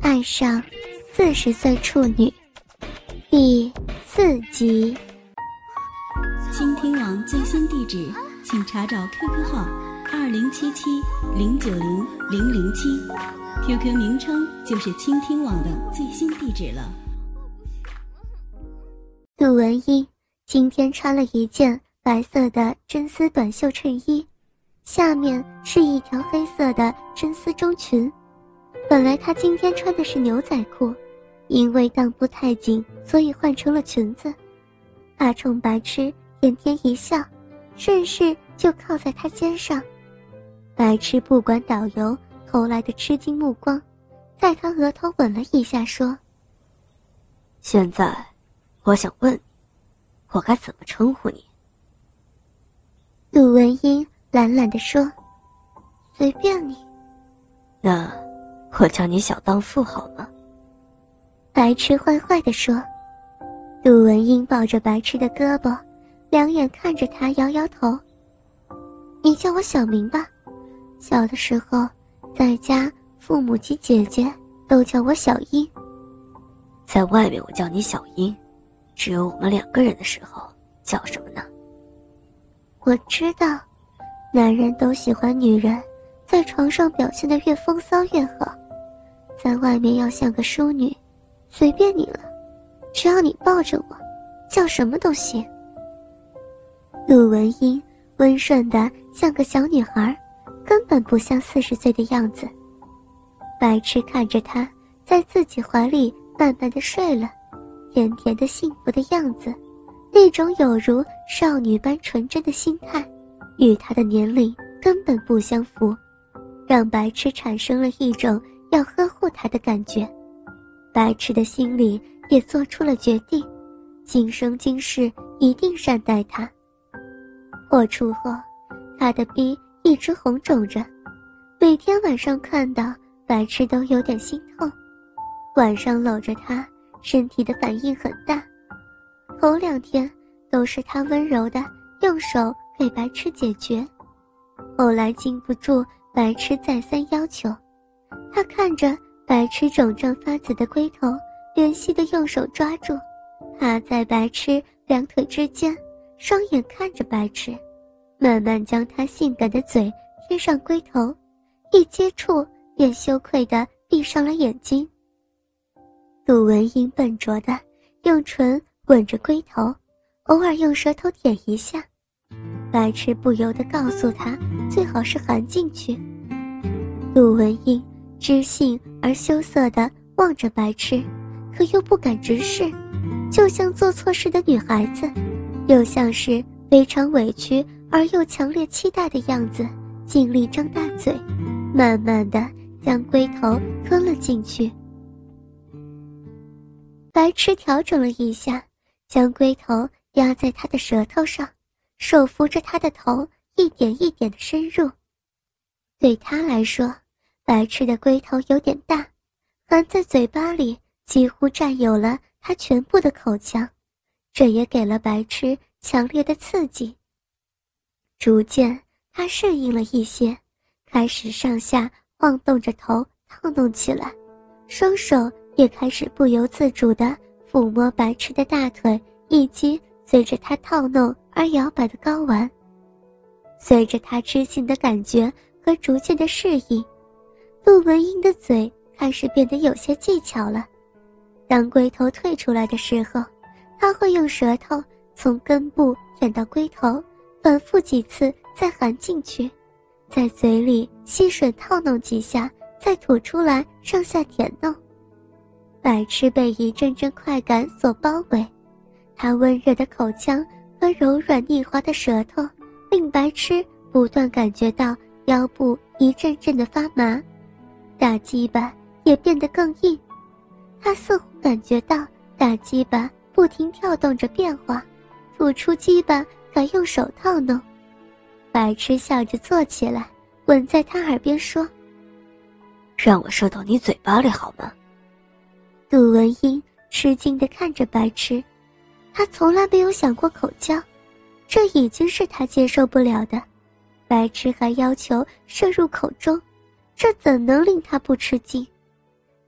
爱上40岁处女第4集。 倾听网最新地址，请查找 QQ 号2077-090-007，QQ 名称就是倾听网的最新地址了。 陆文一今天穿了一件白色的真丝短袖衬衣，下面是一条黑色的真丝中裙。本来她今天穿的是牛仔裤，因为裆部太紧，所以换成了裙子。她冲白痴甜甜一笑，顺势就靠在他肩上。白痴不管导游投来的吃惊目光，在他额头吻了一下，说： 现在我想问你，我该怎么称呼你？ 陆文英懒懒地说：随便你。 那我叫你小荡妇好吗？ 白痴坏坏地说。陆文英抱着白痴的胳膊，两眼看着他，摇摇头。你叫我小名吧，小的时候在家父母及姐姐都叫我小英。 在外面我叫你小英，只有我们2个人的时候叫什么呢？ 我知道，男人都喜欢女人在床上表现得越风骚越好，在外面要像个淑女，随便你了，只要你抱着我，叫什么都行。陆文英温顺的像个小女孩，根本不像40岁的样子。白痴看着她在自己怀里慢慢的睡了，甜甜的幸福的样子，那种有如少女般纯真的心态，与她的年龄根本不相符，让白痴产生了一种要呵护她的感觉。白痴的心里也做出了决定，今生今世一定善待她。破处后，他的逼一直红肿着，每天晚上看到白痴都有点心痛。晚上搂着他，身体的反应很大。头2天都是他温柔的用手给白痴解决，后来禁不住白痴再三要求，他看着白痴肿胀发紫的龟头，怜惜的用手抓住，趴在白痴2腿之间，双眼看着白痴，慢慢将他性感的嘴贴上龟头，一接触便羞愧地闭上了眼睛。陆文英笨拙地用唇吻着龟头，偶尔用舌头舔一下。白痴不由得告诉他最好是含进去。陆文英知性而羞涩地望着白痴，可又不敢直视，就像做错事的女孩子，又像是非常委屈而又强烈期待的样子，尽力张大嘴，慢慢地将龟头吞了进去。白痴调整了一下，将龟头压在他的舌头上，手扶着他的头，一点一点地深入。对他来说，白痴的龟头有点大，含在嘴巴里几乎占有了他全部的口腔，这也给了白痴强烈的刺激。逐渐他适应了一些，开始上下晃动着头套弄起来，双手也开始不由自主地抚摸白痴的大腿，以及随着他套弄而摇摆的睾丸。随着他知性的感觉和逐渐的适应，陆文英的嘴开始变得有些技巧了。当龟头退出来的时候，他会用舌头从根部舔到龟头，反复几次再含进去，在嘴里吸吮套弄几下，再吐出来上下舔弄。白痴被一阵阵快感所包围，他温热的口腔和柔软腻滑的舌头令白痴不断感觉到腰部一阵阵的发麻，大鸡巴也变得更硬。他似乎感觉到大鸡巴不停跳动着变化，吐出鸡巴改用手套弄。白痴笑着坐起来，吻在他耳边说： 让我射到你嘴巴里好吗？ 陆文英吃惊地看着白痴，他从来没有想过口交，这已经是他接受不了的。白痴还要求射入口中，这怎能令他不吃惊？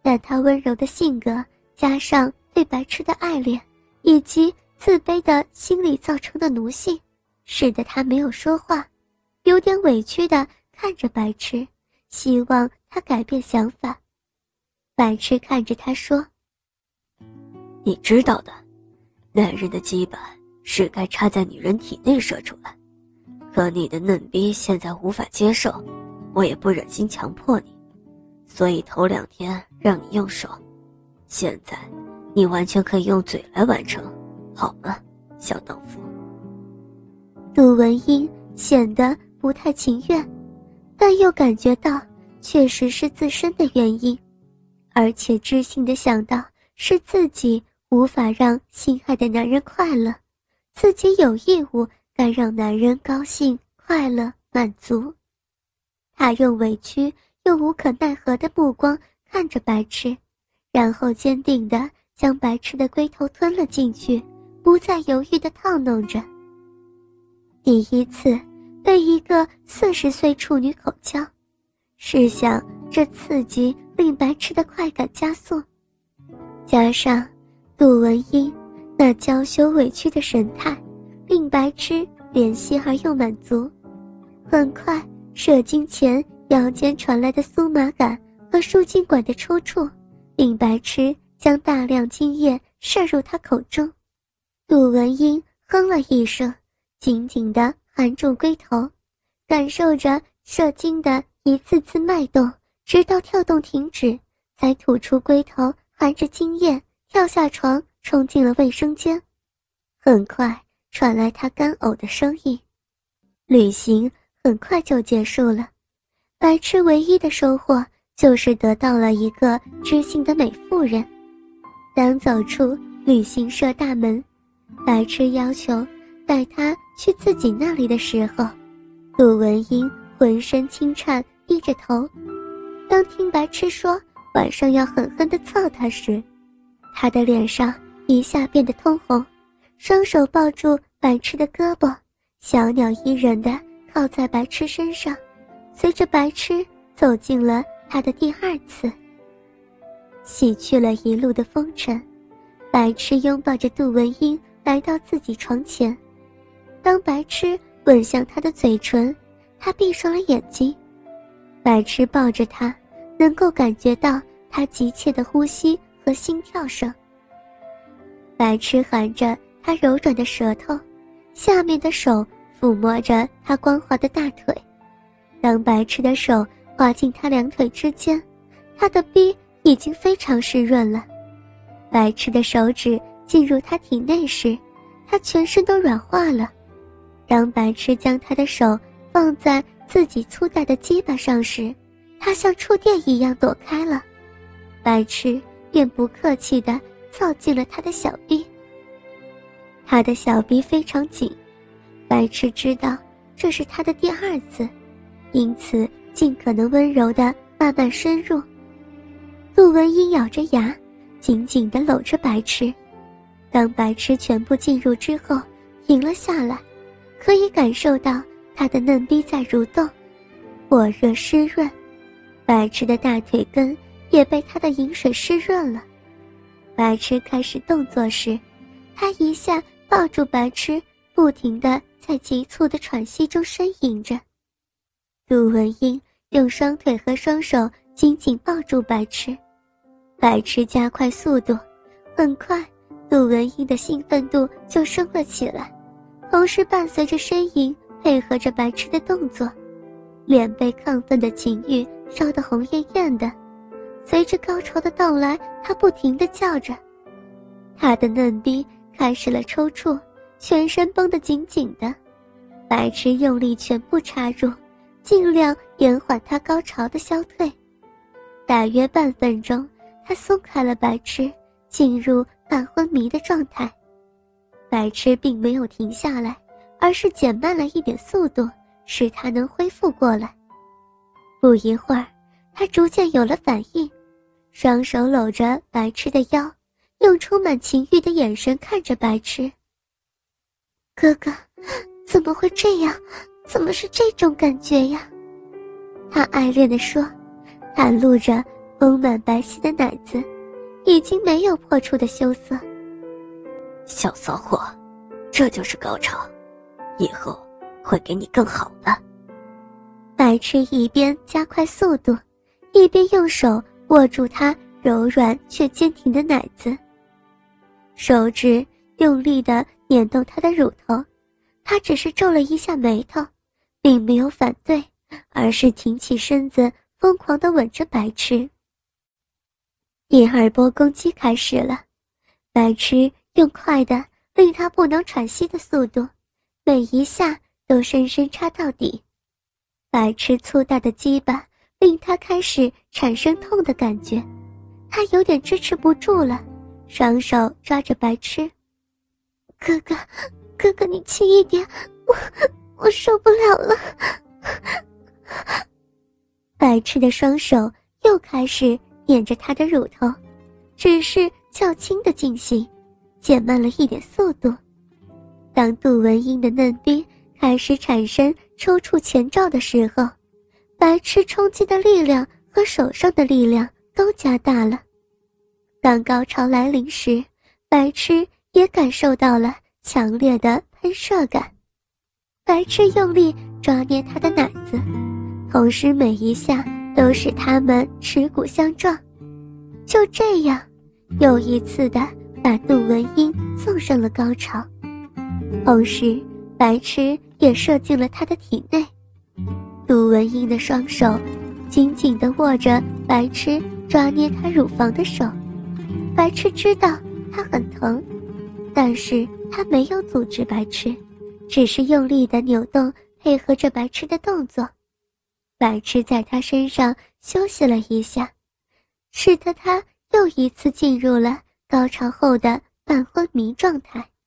但他温柔的性格加上对白痴的爱恋以及自卑的心理造成的奴性，使得他没有说话，有点委屈地看着白痴，希望他改变想法。白痴看着他说， 你知道的，男人的鸡巴是该插在女人体内射出来，可你的嫩逼现在无法接受，我也不忍心强迫你，所以头2天让你用手，现在你完全可以用嘴来完成，好吗，小荡妇？ 杜文英显得不太情愿，但又感觉到确实是自身的原因，而且知性地想到是自己无法让心爱的男人快乐，自己有义务该让男人高兴、快乐、满足。他用委屈又无可奈何的目光看着白痴，然后坚定地将白痴的龟头吞了进去，不再犹豫地套弄着。第一次被一个40岁处女口交，试想这刺激令白痴的快感加速，加上杜文英那娇羞委屈的神态，令白痴怜惜而又满足。很快，射精前腰间传来的酥麻感和输精管的抽搐，令白痴将大量精液射入他口中。杜文英哼了一声，紧紧地含住龟头，感受着射精的一次次脉动，直到跳动停止，才吐出龟头，含着精液跳下床，冲进了卫生间。很快传来他干呕的声音。旅行很快就结束了，白痴唯一的收获就是得到了一个知性的美妇人。当走出旅行社大门，白痴要求带他去自己那里的时候，杜文英浑身轻颤，低着头。当听白痴说晚上要狠狠地操他时，他的脸上一下变得通红，双手抱住白痴的胳膊，小鸟依人地靠在白痴身上，随着白痴走进了他的第2次。洗去了一路的风尘，白痴拥抱着杜文英来到自己床前。当白痴吻向他的嘴唇，他闭上了眼睛。白痴抱着他，能够感觉到他急切的呼吸和心跳声。白痴含着他柔软的舌头，下面的手抚摸着他光滑的大腿。当白痴的手滑进他2腿之间，他的逼已经非常湿润了。白痴的手指进入他体内时，他全身都软化了。当白痴将他的手放在自己粗大的鸡巴上时，他像触电一样躲开了。白痴便不客气地凑进了他的小臂。他的小臂非常紧，白痴知道这是他的第2次，因此尽可能温柔地慢慢深入。杜文英咬着牙，紧紧地搂着白痴。当白痴全部进入之后，停了下来，可以感受到他的嫩逼在蠕动，火热湿润。白痴的大腿根也被他的饮水湿润了。白痴开始动作时，他一下抱住白痴，不停地在急促的喘息中呻吟着。杜文英用双腿和双手紧紧抱住白痴，白痴加快速度，很快杜文英的兴奋度就升了起来，同时伴随着呻吟，配合着白痴的动作，脸被亢奋的情欲烧得红艳艳的。随着高潮的到来，他不停地叫着。他的嫩逼开始了抽搐，全身绷得紧紧的。白痴用力全部插入，尽量延缓他高潮的消退。大约半分钟，他松开了白痴，进入半昏迷的状态。白痴并没有停下来，而是减慢了一点速度，使他能恢复过来。不一会儿，他逐渐有了反应，双手搂着白痴的腰，用充满情欲的眼神看着白痴。哥哥，怎么会这样？怎么是这种感觉呀？他爱恋地说，袒露着丰满白皙的奶子已经没有破处的羞涩。 小骚货，这就是高潮，以后会给你更好的。 白痴一边加快速度，一边用手握住她柔软却坚挺的奶子，手指用力地捻动她的乳头。她只是皱了一下眉头，并没有反对，而是挺起身子疯狂地吻着白痴。第二波攻击开始了，白痴用快的令他不能喘息的速度，每一下都深深插到底。白痴粗大的鸡巴令他开始产生痛的感觉，他有点支持不住了，双手抓着白痴。哥哥你轻一点，我受不了了。白痴的双手又开始捻着他的乳头，只是较轻的进行，减慢了一点速度。当杜文英的嫩逼开始产生抽搐前兆的时候，白痴冲击的力量和手上的力量都加大了。当高潮来临时，白痴也感受到了强烈的喷射感。白痴用力抓捏他的奶子，同时每一下都使他们耻骨相撞。就这样，又一次的把杜文英送上了高潮，同时白痴也射进了他的体内。杜文英的双手紧紧地握着白痴抓捏他乳房的手，白痴知道他很疼，但是他没有阻止白痴，只是用力地扭动，配合着白痴的动作。白痴在他身上休息了一下，使得他又一次进入了高潮后的半昏迷状态。